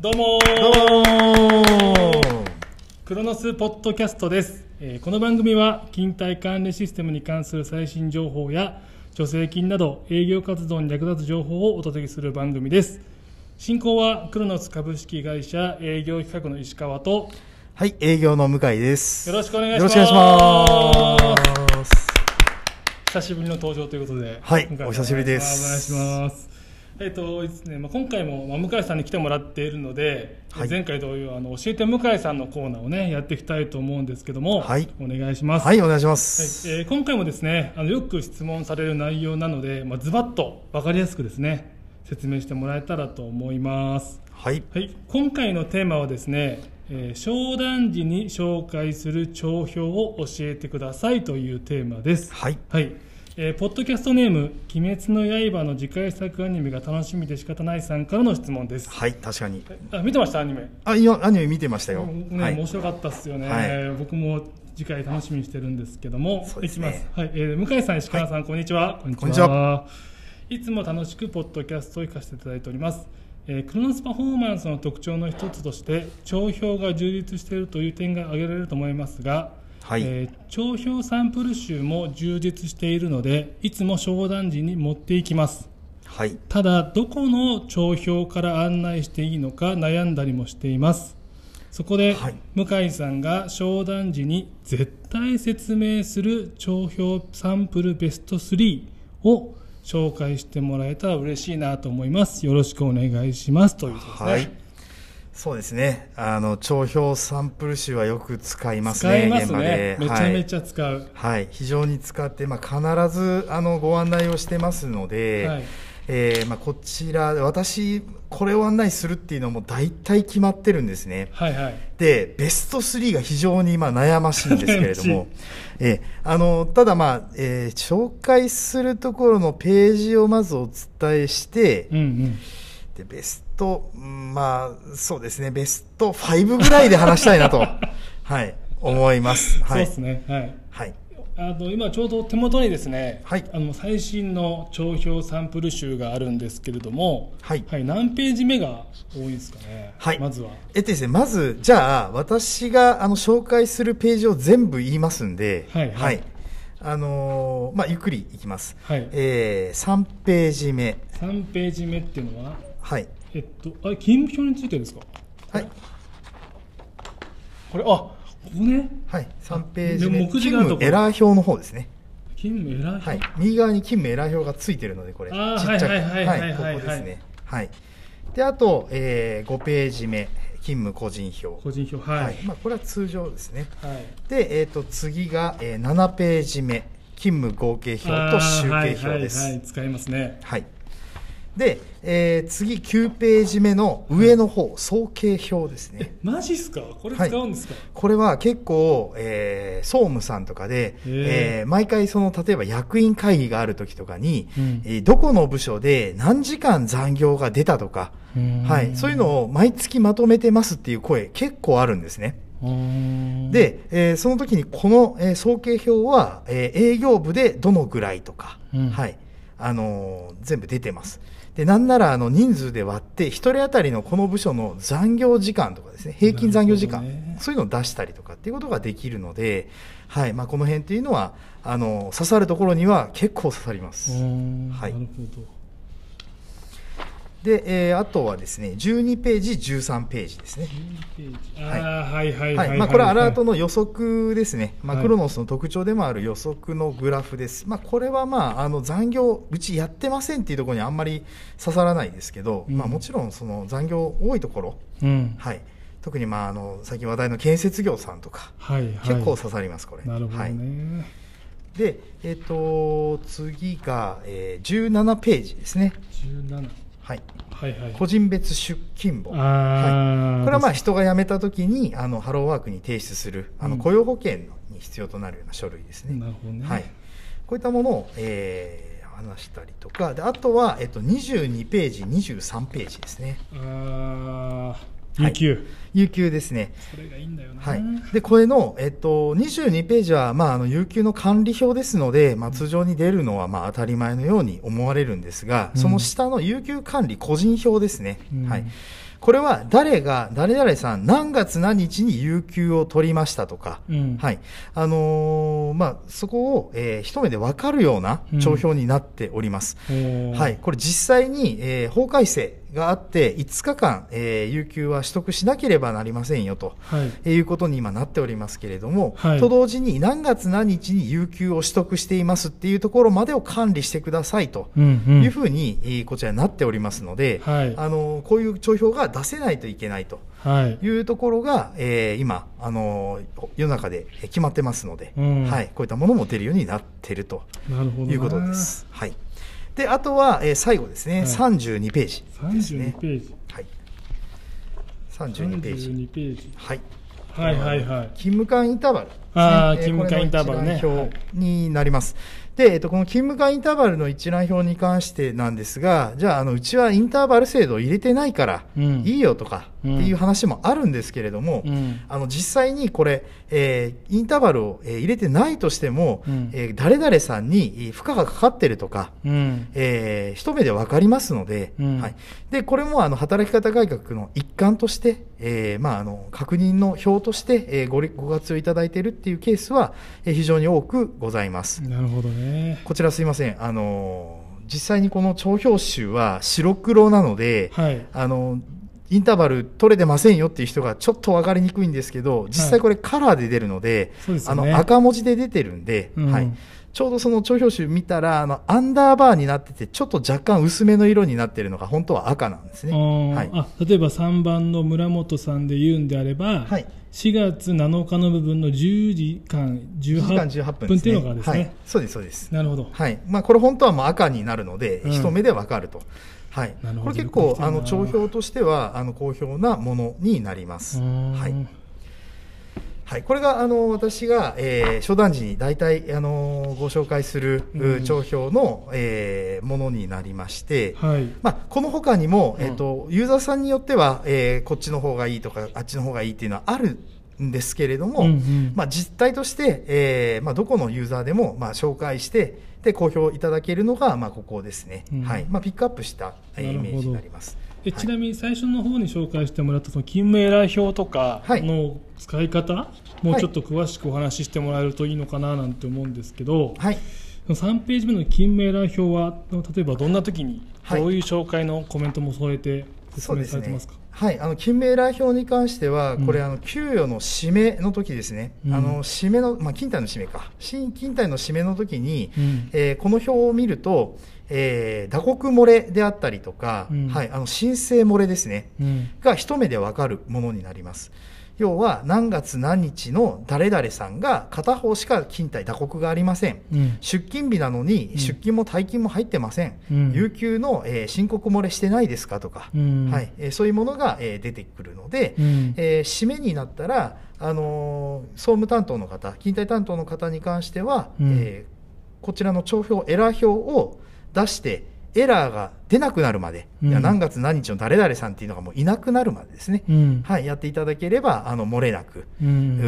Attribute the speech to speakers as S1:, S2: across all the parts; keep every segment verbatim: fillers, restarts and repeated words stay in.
S1: どうもー
S2: どうも
S1: クロノスポッドキャストです、えー、この番組は勤怠管理システムに関する最新情報や助成金など営業活動に役立つ情報をお届けする番組です。進行はクロノス株式会社営業企画の石川と、
S2: はい、営業の向井です。
S1: よろしくお願いします。
S2: よろしくお願いします。
S1: 久しぶりの登場ということで、
S2: はい、お久しぶりです。
S1: お願いします。えーとですねまあ、今回も、まあ、向井さんに来てもらっているので、はい、前回同様あの教えて向井さんのコーナーを、ね、やっていきたいと思うんですけども、はい、お願いします。
S2: はい、お願いします。
S1: はい、えー、今回もですねあのよく質問される内容なので、まあ、ズバッと分かりやすくですね説明してもらえたらと思います。
S2: はい、はい、
S1: 今回のテーマはですね、えー、商談時に紹介する帳票を教えてくださいというテーマです。
S2: はい、
S1: はいえー、ポッドキャストネーム鬼滅の刃の次回作アニメが楽しみで仕方ないさんからの質問です。
S2: はい、確かに。
S1: あ、見てましたアニメ。
S2: あ、いやアニメ見てましたよ、
S1: ね
S2: はい、
S1: 面白かったですよね、
S2: はい、
S1: 僕も次回楽しみにしてるんですけども、
S2: そうですね、
S1: いきます、はいえー、向井さん石川さん、はい、こんにちは。
S2: こんにちは。
S1: いつも楽しくポッドキャストを聞かせていただいております。えー、クロノスパフォーマンスの特徴の一つとして帳票が充実しているという点が挙げられると思いますが、はいえー、帳票サンプル集も充実しているのでいつも商談時に持っていきます、はい、ただどこの帳票から案内していいのか悩んだりもしています。そこで、はい、向井さんが商談時に絶対説明する帳票サンプルベストスリーを紹介してもらえたら嬉しいなと思います。よろしくお願いしますということですね。はい、
S2: そうですね、あの帳票サンプル集はよく使いますね。
S1: 使いますね、めちゃめちゃ使う、
S2: はいはい、非常に使って、まあ、必ずあのご案内をしてますので、はいえーまあ、こちら私これを案内するっていうのも大体決まってるんですね、はいはい、でベストスリーが非常に今悩ましいんですけれどもえー、あのただ、まあえー、紹介するところのページをまずお伝えして、うんうんでベスト、まあそうですね、ベストごぐらいで話したいなと、はい、思います。はい、
S1: そうですね。はい。はい。あの今ちょうど手元にですね、はい、あの最新の帳票サンプル集があるんですけれども、はい。はい、何ページ目が多いですかね。はい。まずは。
S2: えっとですね、まずじゃあ私があの紹介するページを全部言いますんで、はい。はい。はい、あのー、まあゆっくりいきます。はい。えー、さんページ目。
S1: さんページ目っていうのは。はい、えっと、あれ勤務表についてですか。はい。これ、あ、ここね。はい、さんページ目。目次が勤務エラー表の方ですね。 勤務エラー表。はい。
S2: 右側に勤務エラー表がついてるので、これ。あちっちゃく。はいはいはいはい、はい、ここですね。はい。で、あと、えー、ごページ目。勤務個人表。
S1: 個人表、はい。はい、
S2: まあ、これは通常ですね。はい。で、えっと、次が、えー、ななページ目。勤務合計表と集計表です。はいはいはい、
S1: 使いますね。
S2: はい。で、えー、次きゅうページ目の上の方、はい、総計表ですね。
S1: え、マジっすか。これ使うんですか。はい、
S2: これは結構、えー、総務さんとかで、えー、毎回その例えば役員会議がある時とかに、うんえー、どこの部署で何時間残業が出たとか、はい、そういうのを毎月まとめてますっていう声結構あるんですね。で、えー、その時にこの、えー、総計表は、えー、営業部でどのぐらいとか、うんはいあのー、全部出てます。でなんならあの人数で割ってひとり当たりのこの部署の残業時間とかですね、平均残業時間、ね、そういうのを出したりとかっていうことができるので、はいまあ、この辺っていうのはあの刺さるところには結構刺さります。はい、なるほど。で、えー、あとはですねじゅうにページじゅうさんページですね。
S1: じゅうにページ、はい、あはいはいはい、
S2: はいまあ、これはアラートの予測ですね、まあ、クロノスの特徴でもある予測のグラフです、まあ、これは、まあ、あの残業うちやってませんっていうところにあんまり刺さらないですけど、うんまあ、もちろんその残業多いところ、うんはい、特に、まあ、あの最近話題の建設業さんとか、はいはい、結構刺さりますこれ。
S1: なるほどね、はい
S2: で、えー、と次が、えー、じゅうななページですね。
S1: じゅうなな
S2: はいはいはい、個人別出勤簿、はい、これはまあ人が辞めたときにあのハローワークに提出するあの雇用保険に必要となるような書類ですね。なるほどね、はい、こういったものを、えー、話したりとかで、あとは、えっと、にじゅうにページにじゅうさんページですね。あ
S1: 有給、はい、
S2: 有給ですね。
S1: それがいいんだよな、
S2: はい、でこれの、えっと、にじゅうにページは、まあ、あの有給の管理表ですので、まあ、通常に出るのは、まあ、当たり前のように思われるんですが、うん、その下の有給管理個人表ですね、うんはい、 これは誰が、誰々さん何月何日に有給を取りましたとか、うん、はい。あのー、まあ、そこを、えー、一目でわかるような帳票になっております。うん、はい。これ実際に、えー、法改正があって、いつかかん、えー、有給は取得しなければなりませんよと、はい、いうことに今なっておりますけれども、はい、と同時に何月何日に有給を取得していますっていうところまでを管理してくださいというふうに、うんうん、こちらになっておりますので、はい、あのこういう帳票が出せないといけないというところが、はい、えー、今あの世の中で決まってますので、うん、はい、こういったものも出るようになっているということです。はい。で、あとは、えー、最後ですね、はい、さんじゅうにページですね。
S1: さんじゅうにページ。
S2: はい。さんじゅうにページ。
S1: さんじゅうにページ。
S2: はい。
S1: はいはいはい。
S2: 勤務間インターバル、ね。
S1: ああ、勤務間インターバルね。
S2: 表になります。で、えっと、この勤務間インターバルの一覧表に関してなんですが、じゃあ、あの、うちはインターバル制度を入れてないから、いいよとか、っていう話もあるんですけれども、うん、あの、実際にこれ、えー、インターバルを、えー、入れてないとしても、うん、えー、誰々さんに負荷がかかってるとか、うん、えー、一目でわかりますので、うん、はい。で、これも、あの、働き方改革の一環として、えー、まあ、あの、確認の表として、えー、ご、ご活用いただいているっていうケースは、えー、非常に多くございます。
S1: なるほどね。
S2: こちらすいません。あの、実際にこの帳票集は白黒なので、はい、あの、インターバル取れてませんよっていう人がちょっと分かりにくいんですけど、実際これカラーで出るので、はい、あの、赤文字で出てるんで、うん、はい。ちょうどその帳票集見たら、あの、アンダーバーになってて、ちょっと若干薄めの色になってるのが本当は赤なんですね。はい、
S1: あ、例えばさんばんの村本さんで言うんであれば、はい、しがつなのかの部分のじゅうじかんじゅうはっぷんっていうのがですね。はい、
S2: そうです、そうです。
S1: なるほど。
S2: はい。まあ、これ本当はもう赤になるので、うん、一目でわかると。はい。これ結構、あの、帳票としては、あの、好評なものになります。はい。はい、これがあの私が、えー、初段時に大体あのご紹介する、うん、帳票の、えー、ものになりまして、はい、まあ、この他にも、えーと、ユーザーさんによっては、えー、こっちの方がいいとかあっちの方がいいっていうのはあるんですけれども、うんうん、まあ、実態として、えーまあ、どこのユーザーでも、まあ、紹介してで好評いただけるのが、まあ、ここですね、うん、はい、まあ、ピックアップした、えー、イメージになります。
S1: えちなみに最初の方に紹介してもらったその勤務エラー表とかの使い方、はい、もうちょっと詳しくお話ししてもらえるといいのかななんて思うんですけど、はい、さんページ目の勤務エラー表は例えばどんな時にどういう紹介のコメントも添えて説明されてますか？
S2: はい、あの勤務エラー表に関しては、これ、うん、あの給与の締めの時ですね、うん、あの締めの、まあ、勤怠の締めか、勤怠の締めの時に、うん、えー、この表を見ると、えー、打刻漏れであったりとか、うん、はい、あの申請漏れですね、うん、が一目でわかるものになります。要は何月何日の誰々さんが片方しか勤怠打刻がありません、うん、出勤日なのに出勤も退勤も入ってません、うん、有給の、えー、申告漏れしてないですかとか、うん、はい、えー、そういうものが、えー、出てくるので、うん、えー、締めになったら、あのー、総務担当の方、勤怠担当の方に関しては、うん、えー、こちらの帳票エラー表を出してエラーが出なくなるまで、うん、いや何月何日の誰々さんっていうのがもういなくなるまでですね、うん、はい、やっていただければあの漏れなく、うん、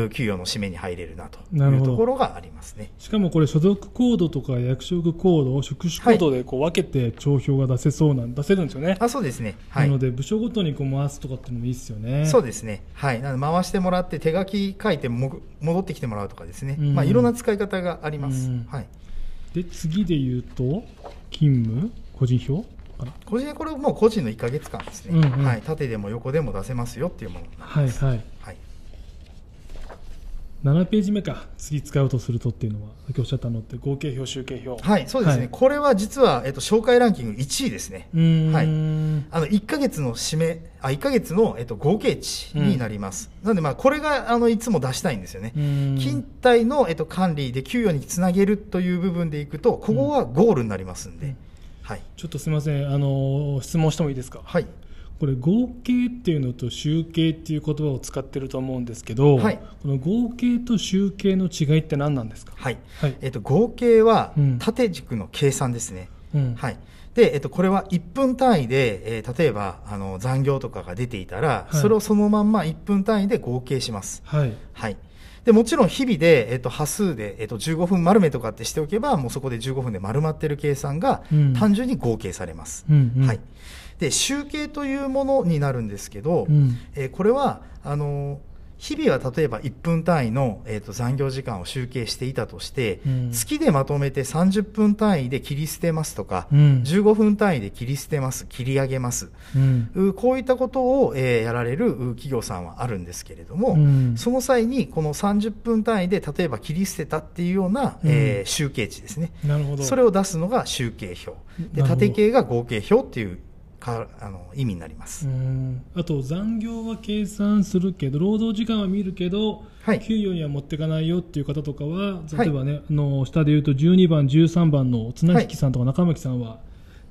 S2: 給与の締めに入れるなというところがありますね。
S1: しかもこれ所属コードとか役職コードを職種コードでこう分けて帳票が出せそうなん、出せるんですよね。
S2: あ、そうですね、はい、
S1: なので部署ごとにこう回すとかっていうのもいいですよね。
S2: そうですね、はい、なので回してもらって手書き書いても戻ってきてもらうとかですね、うん、まあ、いろんな使い方があります、うん、はい、
S1: で次で言うと勤務個人表、
S2: 個人これもう個人のいっかげつかんですね、うんうん、はい、縦でも横でも出せますよっていうものになります。はいはいはい、
S1: ななページ目か、次使おうとするとっていうのはさっきおっしゃったのって合計表集計表。
S2: はい、そうですね、はい、これは実は、えっと、紹介ランキングいちいですね。はい、あのいっかげつの締めあいっかげつの、えっと、合計値になります、うん、なので、まあ、これがあのいつも出したいんですよね。勤怠の、えっと、管理で給与につなげるという部分でいくとここはゴールになりますんで、うん、はい、
S1: ちょっとすみません、あの質問してもいいですか？
S2: はい、
S1: これ合計っていうのと集計っていう言葉を使ってると思うんですけど、はい、この合計と集計の違いって何なんですか？
S2: はい、はい、えっと、合計は縦軸の計算ですね、うん、はい、で、えっと、これはいっぷん単位で、えー、例えばあの残業とかが出ていたら、はい、それをそのまんまいっぷん単位で合計します。はい、はい、でもちろん日々で、えっと、波数で、えっと、じゅうごふん丸めとかってしておけばもうそこでじゅうごふんで丸まってる計算が単純に合計されます。うんうん、はい、 で集計というものになるんですけど、
S1: うん、
S2: えー、これはあの日々は例えばいっぷん単位の、えー、と残業時間を集計していたとして、うん、月でまとめてさんじゅっぷん単位で切り捨てますとか、うん、じゅうごふん単位で切り捨てます、切り上げます、うん、こういったことを、えー、やられる企業さんはあるんですけれども、うん、その際にこのさんじゅっぷん単位で例えば切り捨てたっていうような、うん、えー、集計値ですね。
S1: なるほど。
S2: それを出すのが集計表で、縦計が合計表っていうかあの意味になります。
S1: うん、あと残業は計算するけど労働時間は見るけど、はい、給与には持っていかないよっていう方とかは例えばね、はい、あの下で言うとじゅうにばんじゅうさんばんの綱引さんとか中巻さんは、はい、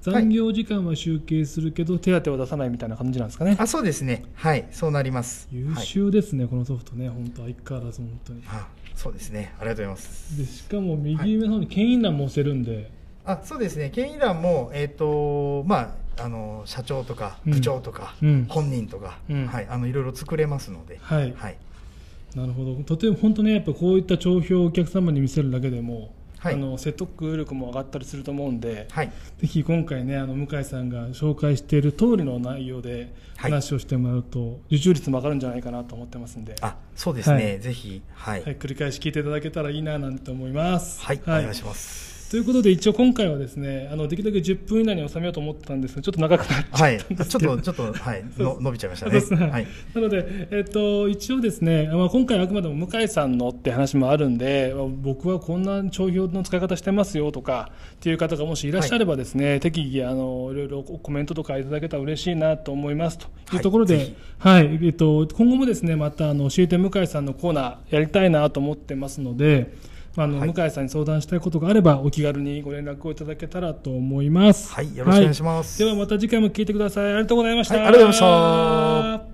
S1: 残業時間は集計するけど手当は出さないみたいな感じなんですかね。
S2: あ、そうですね、はい、そうなります。
S1: 優秀ですね、はい、このソフトね、本当相変わらず本当に。
S2: あ、そうですね、ありがとうございます。
S1: でしかも右上の方に牽引欄も押せるんで、はい、
S2: あ、そうですね、牽引欄も、えーとまああの社長とか部長とか、うん、本人とか、うん、はい、あのいろいろ作れますので、はいはい、
S1: なるほど。とても本当ね、やっぱこういった帳票をお客様に見せるだけでも、はい、あの説得力も上がったりすると思うんで、はい、ぜひ今回ね、あの向井さんが紹介している通りの内容で話をしてもらうと、はい、受注率も上がるんじゃないかなと思ってますんで。
S2: あ、そうですね、はい、ぜひ、はい
S1: はい、繰り返し聞いていただけたらいいななんて思います。
S2: はい、はい、お願いします。
S1: ということで一応今回はですね、あのできるだけじゅっぷん以内に収めようと思ってたんですが、ちょっと長くなっちゃったんですけど、はい、ちょっとちょっと、はい、の伸びちゃいましたね。はい、なので、えっと、一応ですね、まあ、今回あくまでも向井さんのって話もあるんで、僕はこんな帳票の使い方してますよとかっていう方がもしいらっしゃればですね、はい、適宜あのいろいろコメントとかいただけたら嬉しいなと思いますというところで、はい、はい、えっと、今後もですね、またあの教えて向井さんのコーナーやりたいなと思ってますので、あの、はい、向井さんに相談したいことがあればお気軽にご連絡をいただけたらと思います。
S2: はい、よろしくお願いします。
S1: はい、ではまた次回も聞いてください。ありがとうございました。
S2: はい、ありがとうございました。